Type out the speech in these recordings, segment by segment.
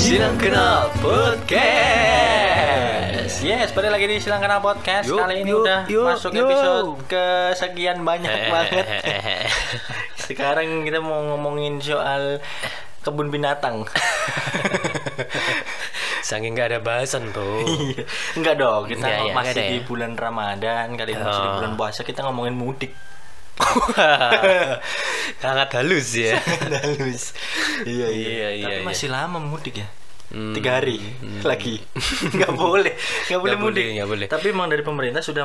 Silang Kenal Podcast. Yes, balik lagi di Silang Kenal Podcast. Kali ini udah masuk episode kesekian banyak banget. Sekarang kita mau ngomongin soal kebun binatang. Saking gak ada bahasan tuh. Enggak dong, kita masih ya. di bulan Ramadan. Kali ini masih di bulan puasa. Kita ngomongin mudik. Sangat halus ya. Halus. Iya. Tapi masih lama mudik ya. 3 hari lagi. Nggak boleh mudik. Nggak boleh. Tapi memang dari pemerintah sudah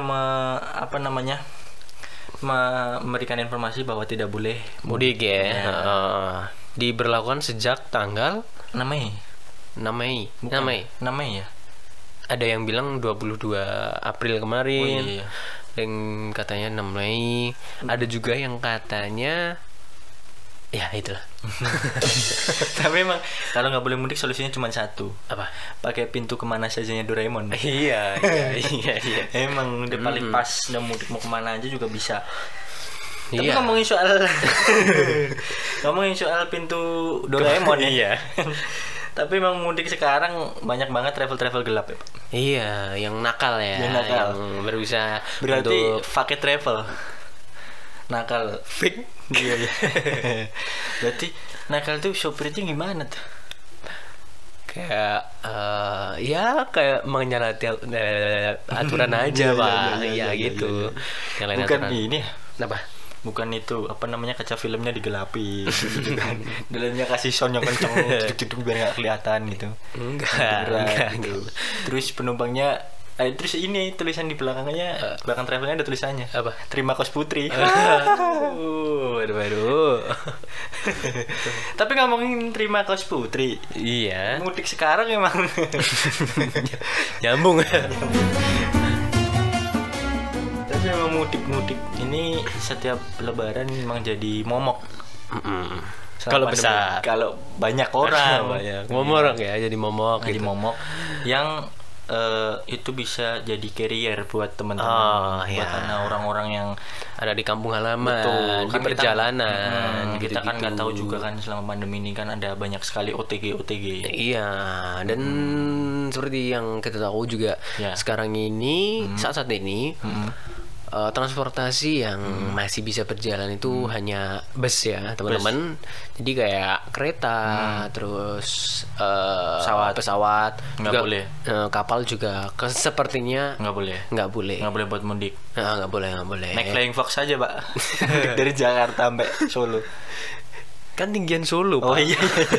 memberikan informasi bahwa tidak boleh Mudik ya. Diberlakukan sejak tanggal 6 Mei. 6 Mei. Bukan. 6 Mei. Ya. Ada yang bilang 22 April kemarin. Oh, iya. Dan katanya 6 Mei. Ada juga yang katanya ya itulah. Tapi emang kalau nggak boleh mudik solusinya cuma satu. Apa? Pakai pintu kemana sajanya Doraemon. Iya. Emang udah paling pas, udah mudik mau kemana aja juga bisa. Tapi Iya. ngomongin soal pintu Doraemon ya. Iya. Tapi emang mudik sekarang banyak banget travel gelap ya, Pak. Iya, yang nakal ya. Yang nakal. Yang berusaha Berarti untuk pakai travel. Nakal. fake. Iya. Berarti nakal tuh sopirnya gimana tuh? Kayak kayak menyalahi aturan aja, Pak. Iya gitu. Nyalain Bukan aturan. ini ya? Apa? Bukan itu, apa namanya, kaca filmnya digelapin gitu kan. Dalamnya kasih sound yang kenceng gitu biar nggak kelihatan gitu. Enggak Gitu. Terus penumpangnya terus ini tulisan di belakangnya, belakang travelnya ada tulisannya. Apa? Terima kos putri. Waduh. Tapi ngomongin terima kos putri, Iya. mudik sekarang emang Nyambung. tapi emang mudik ini setiap lebaran memang jadi momok. Selama Kalau pandemi. besar. Kalau banyak orang Banyak. Momok ya, jadi momok jadi gitu. momok yang itu bisa jadi carrier buat teman-teman, buat iya. orang-orang yang Ada di kampung halaman, betul di kan perjalanan. kita kan nggak tahu gitu-gitu. juga kan selama pandemi ini kan ada banyak sekali OTG. Iya, dan seperti yang kita tahu juga Ya. sekarang ini saat ini transportasi yang masih bisa berjalan itu hanya bus ya teman-teman. Jadi kayak kereta, terus pesawat Nggak juga, boleh. kapal juga sepertinya nggak boleh nggak buat mudik. nggak boleh. Naik Flying Fox aja, Pak. Dari Jakarta sampai Solo. Kan tinggian Solo, Oh Pak. iya.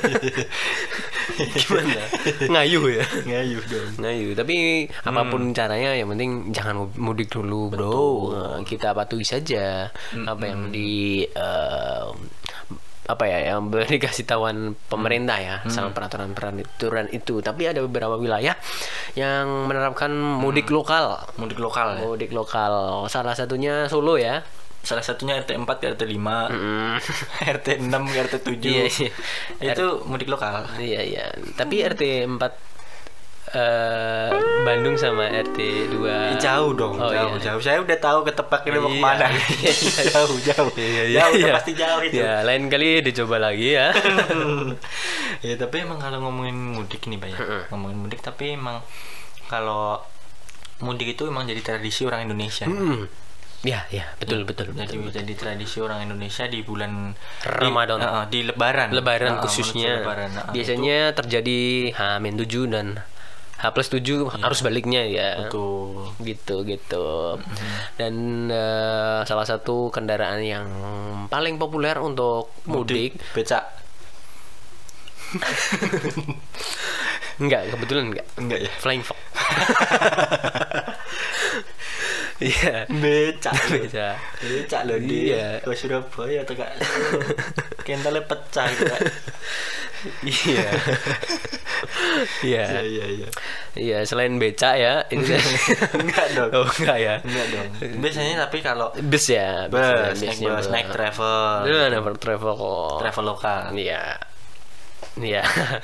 Gimana? Ngayuh ya. Ngayuh dong. Ngayu, tapi apapun caranya yang penting jangan mudik dulu, bro. Kita patuhi saja apa yang yang dikasih tahuan pemerintah ya sama peraturan itu. Tapi ada beberapa wilayah yang menerapkan mudik lokal. Mudik lokal ya. Mudik lokal. Salah satunya Solo ya. Salah satunya RT 4 ke RT 5, RT 6 ke RT 7. Iya. Itu mudik lokal. Iya. Tapi RT 4 Bandung sama RT 2 Jauh dong, Oh, jauh. iya. Saya udah tahu ketebak ini mau Iya. kemana. Jauh. Iya, Udah pasti jauh itu. Ya, lain kali dicoba lagi ya. Ya, tapi emang kalau ngomongin mudik nih, Pak ya. Ngomongin mudik, tapi emang kalau mudik itu emang jadi tradisi orang Indonesia. Ya, betul. Jadi tradisi orang Indonesia di bulan Ramadan. di Lebaran. Lebaran khususnya. menuju Lebaran. Biasanya terjadi H-7 dan H+7 harus baliknya ya. Betul. Gitu. Dan salah satu kendaraan yang paling populer untuk mudik. Becak. Kebetulan enggak Ya. Flying Fox. Iya. Becak loh Iya. Ke Surabaya tuh Kak. Kentalnya pecah gitu Kak. Iya. Iya, selain becak ya, ini Enggak dong. Oh, enggak ya. Enggak dong. Biasanya tapi kalau Bus ya, bus, naik travel. Dulu ada travel kok. Travel lokal. Iya. Iya.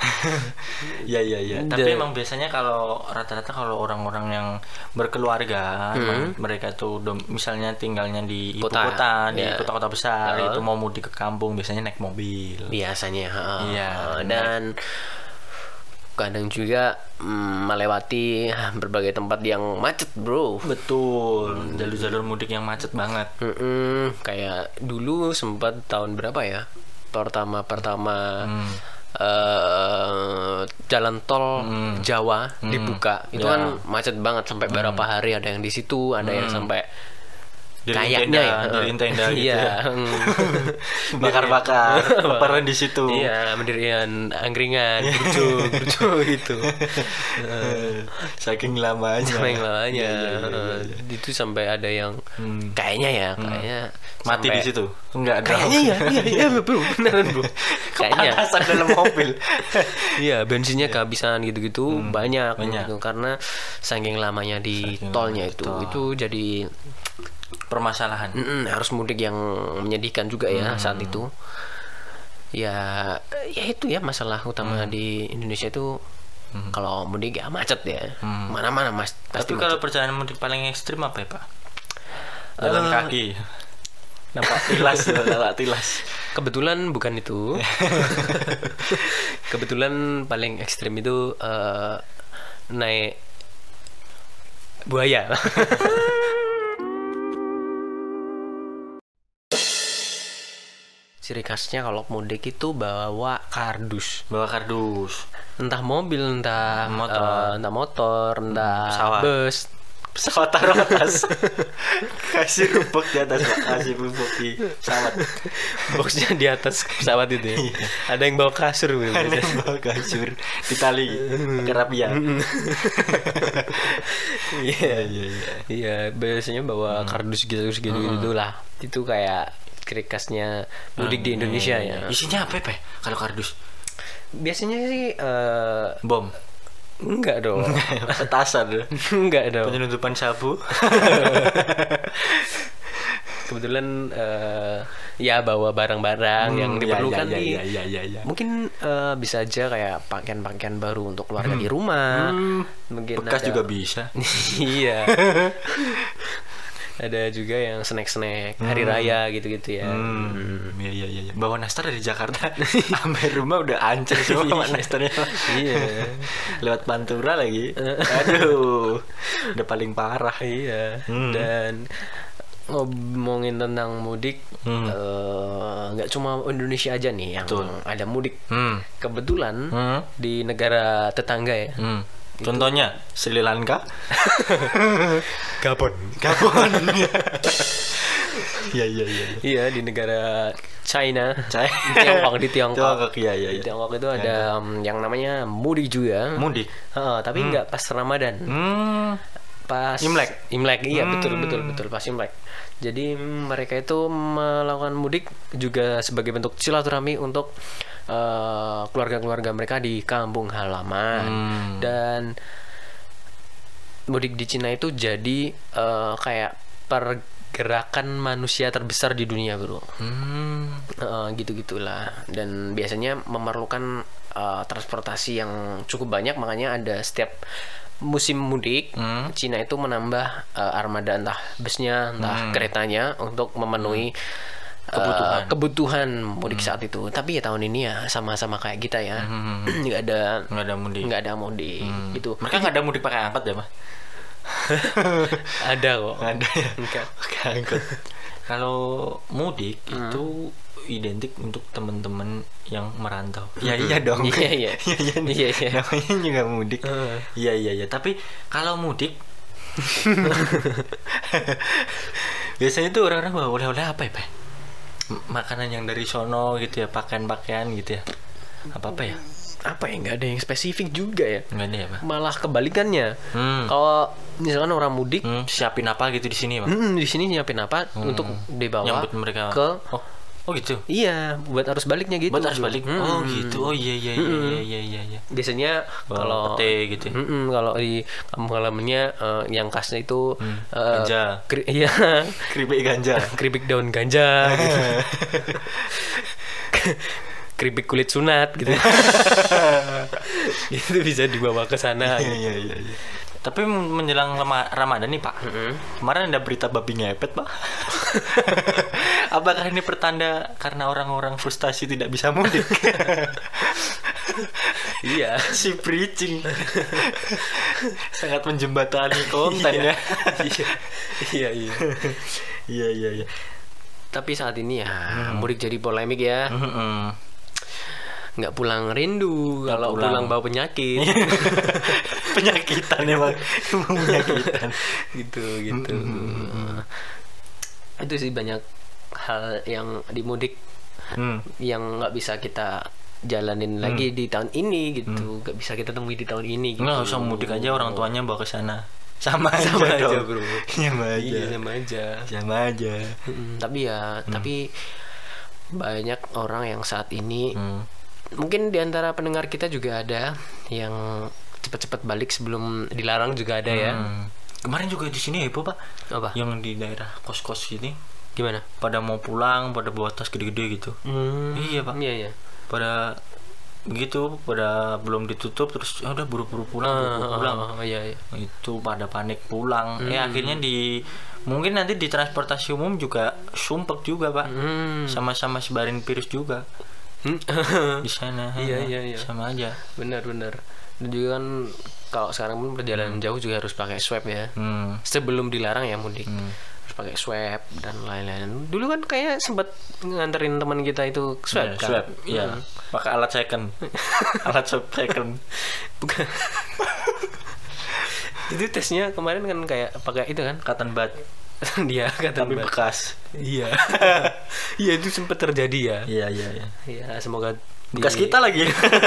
Tapi emang biasanya kalau rata-rata kalau orang-orang yang berkeluarga, emang mereka tuh misalnya tinggalnya di ibu kota, di kota-kota besar, itu mau mudik ke kampung biasanya naik mobil. Biasanya. Iya. Dan kadang juga melewati berbagai tempat yang macet, bro. Betul, jalur-jalur mudik yang macet banget. Kayak dulu sempat tahun berapa ya? Pertama jalan tol Jawa dibuka, itu kan macet banget sampai berapa hari, ada yang di situ, ada yang sampai kayaknya diriin tenda gitu iya. bakar-bakar lebaran di situ. Iya, mendirian angkringan, grucuk gitu. Saking lamanya. Iya. Itu sampai ada yang kayaknya mati sampai di situ. Enggak ada. Kayaknya iya bro, beneran bro. Kayaknya kepanasan dalam mobil. Iya, bensinnya kehabisan gitu-gitu banyak. Gitu. Karena saking lamanya di tolnya itu jadi permasalahan. Harus mudik yang menyedihkan juga ya saat itu. Ya itu ya masalah utama di Indonesia itu. Kalau mudik ya macet ya. Mana-mana mas. Tapi kalau perjalanan mudik paling ekstrim apa ya, Pak? Jalan kaki. Nampak tilas. Kebetulan bukan itu. Kebetulan paling ekstrim itu naik buaya. Ciri khasnya kalau mudik itu bawa kardus. Entah mobil, entah motor, entah pesawat. bus. Pesawat taruh atas. Kasih rubuk di atas, kasih rubuk di pesawat. Boxnya di atas pesawat itu ya. Ada yang bawa kasur gitu. Ada yang bawa kasur di tali pakai rapia. Iya, biasanya bawa kardus gitu lah. Itu kayak ciri khasnya mudik di Indonesia ya. Isinya apa ya, kalau kardus? Biasanya sih bom. Enggak dong. Petasan. Enggak dong. Penyelundupan sabu. Kebetulan ya bawa barang-barang yang diperlukan mungkin bisa aja kayak pakaian-pakaian baru untuk keluarga di rumah. Mungkin bekas juga bisa. Iya. Ada juga yang snack-snack hari raya gitu-gitu ya. Iya. Bawa nastar dari Jakarta sampai rumah udah hancur semua nastarnya. Iya. Lewat Pantura lagi. Aduh. Udah paling parah. Iya. Dan ngomongin tentang mudik, nggak cuma Indonesia aja nih yang ada mudik. Kebetulan di negara tetangga ya. Contohnya Sri Lanka, Gabon. Iya, di negara China. Di Tiongkok. Di Tiongkok itu ada yang namanya mudik juga. Tapi nggak pas Ramadan. Pas Imlek. Iya, betul pas Imlek. Jadi mereka itu melakukan mudik juga sebagai bentuk silaturahmi untuk keluarga-keluarga mereka di kampung halaman. Dan mudik di Cina itu jadi kayak pergerakan manusia terbesar di dunia, bro. Gitu-gitulah. Dan biasanya memerlukan transportasi yang cukup banyak, makanya ada setiap musim mudik Cina itu menambah armada entah busnya entah keretanya untuk memenuhi kebutuhan mudik saat itu. Tapi ya tahun ini ya sama-sama kayak kita ya. nggak ada mudik gitu. Mereka nggak ada mudik pakai angkot ya, Mas? Ada kok. Ada ya. Pakai angkot. Kalau mudik itu identik untuk teman-teman yang merantau. Ya iya dong. Iya. Namanya juga mudik. Iya. Tapi kalau mudik biasanya tuh orang-orang bawa oleh-oleh apa ya, Pak? Makanan yang dari sono gitu ya, pakaian-pakaian gitu ya. Apa ya? Apa ya, nggak ada yang spesifik juga ya. Nggak ada ya, Pak? Malah kebalikannya. Kalau misalkan orang mudik siapin apa gitu di sini, Pak? Di sini nyiapin apa untuk dibawa nyambut mereka ke Oh gitu. Iya, buat arus baliknya gitu. Buat arus balik. Oh gitu. Oh iya. Biasanya kalau pete gitu. Kalau di kampung halamannya yang khasnya itu ganja. Keripik ganja. Keripik daun ganja gitu. Keripik kulit sunat gitu. Itu bisa dibawa ke sana. Iya. Tapi menjelang Ramadan nih, Pak. Kemarin ada berita babi ngepet, Pak. Apakah ini pertanda karena orang-orang frustasi tidak bisa mudik? Iya. Si bridging. Sangat menjembatani konten ya. Iya. Tapi saat ini ya mudik jadi polemik ya. Nggak pulang rindu, kalau pulang bawa penyakit. Penyakitan emang penyakitan. gitu. Itu sih banyak hal yang di mudik yang nggak bisa kita jalanin lagi di tahun ini gitu, nggak bisa kita temui di tahun ini gitu. Nggak usah mudik aja, orang tuanya bawa ke sana. Sama aja bro. Sama aja. Tapi banyak orang yang saat ini mungkin di antara pendengar kita juga ada yang cepat-cepat balik sebelum dilarang juga ada ya. Kemarin juga di sini heboh Pak. Apa? Yang di daerah kos-kos sini. Gimana? Pada mau pulang, pada bawa tas gede-gede gitu. Iya Pak. Iya. Pada gitu, pada belum ditutup terus udah buru-buru pulang. Iya. Itu pada panik pulang. Akhirnya mungkin nanti di transportasi umum juga sumpek juga Pak. Sama-sama sebarin virus juga. Di sana. Iya. Sama aja. Benar. Dan juga kan kalau sekarang pun perjalanan jauh juga harus pakai swab ya. Sebelum dilarang ya mudik. Harus pakai swab dan lain-lain. Dulu kan kayak sempat nganterin teman kita itu swab kan. Swab. Iya. Pakai alat second. Alat swab second. Bukan. Itu tesnya kemarin kan kayak pakai itu kan Cotton bud. Dia kata tapi bekas. Iya. Iya itu sempat terjadi ya. Iya. Iya, semoga bekas kita lagi.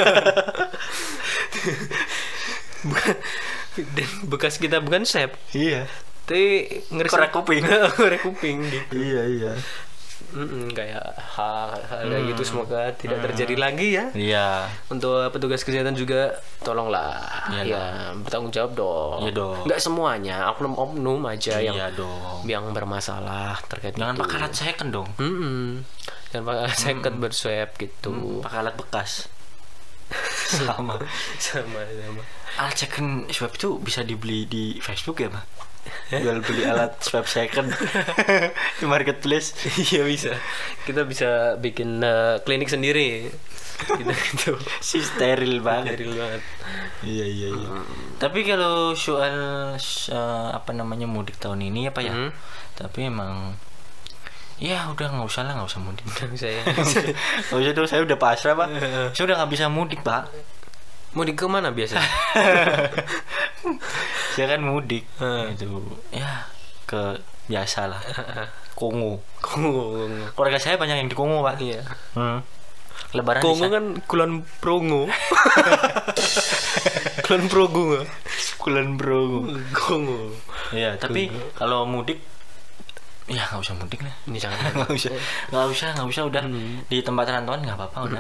Dan bekas kita bukan swab. Iya. Tapi korek kuping gitu. Iya. Kayak hal kayak gitu semoga tidak terjadi lagi ya. Iya. Untuk petugas kesehatan juga tolonglah ya bertanggung jawab dong. Iya dong. Nggak semuanya, oknum aja yang bermasalah terkait jangan itu. Pakai alat second dong. Jangan pakai alat second berswab gitu. Pakai alat bekas. sama. Alat second swab itu bisa dibeli di Facebook ya Pak? Jual beli alat swab second di marketplace. Iya bisa. Kita bisa bikin klinik sendiri. Gitu. Si steril banget. Iya. Tapi kalau soal mudik tahun ini ya Pak ya. Tapi emang ya udah nggak usah mudik. Nggak usah dong, saya udah pasrah Pak. Saya udah nggak bisa mudik Pak. Mudik ke mana biasa? Saya kan mudik itu ya ke biasa lah. Kongo. Keluarga saya banyak yang di Kongo Pak. Iya. Lebaran Kongo kan Kulon Progo. Kulon Progo. Kongo. Iya, tapi kalau mudik ya nggak usah mudik lah. Ini jangan. Nggak usah udah di tempat rantauan nggak apa-apa udah.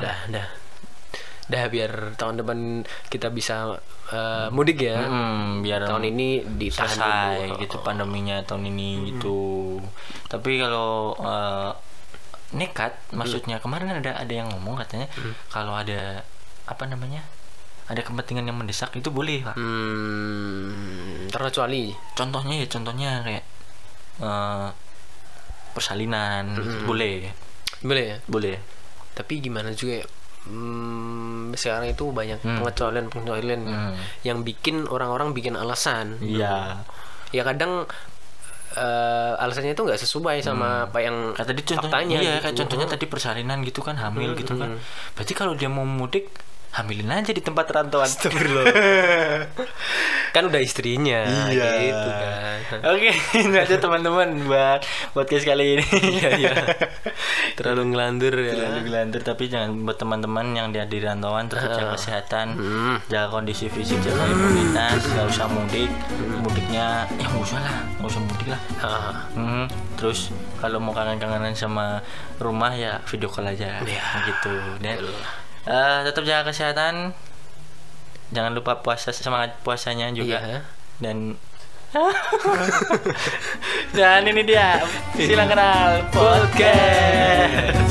Udah biar tahun depan kita bisa mudik ya. Biar tahun ini selesai gitu pandeminya tahun ini gitu. Tapi kalau nekat maksudnya kemarin ada yang ngomong katanya kalau ada ada kepentingan yang mendesak itu boleh Pak. Terkecuali contohnya kayak persalinan boleh ya. Boleh. Tapi gimana juga ya? Sekarang itu banyak pengecualian yang bikin orang-orang bikin alasan. Iya. Ya kadang alasannya itu nggak sesuai sama apa yang tadi contohnya. Iya, kayak contohnya tadi persalinan gitu kan, hamil gitu kan. Berarti kalau dia mau mudik hamilin aja di tempat rantauan. Kan udah istrinya. Iya. Gitu kan. Oke, ini aja teman-teman buat podcast kali ini. Iya. Terlalu ngelantur ya. Tapi jangan buat teman-teman yang di rantauan tetap jaga kesehatan, jaga kondisi fisik, jaga imunitas, nggak usah mudik. Mudiknya ya nggak usah mudik lah. Terus kalau mau kangen-kangenan sama rumah ya video call aja. Gitu. Dan tetap jaga kesehatan, jangan lupa semangat puasanya juga. Dan ini dia Silang Kenal Podcast.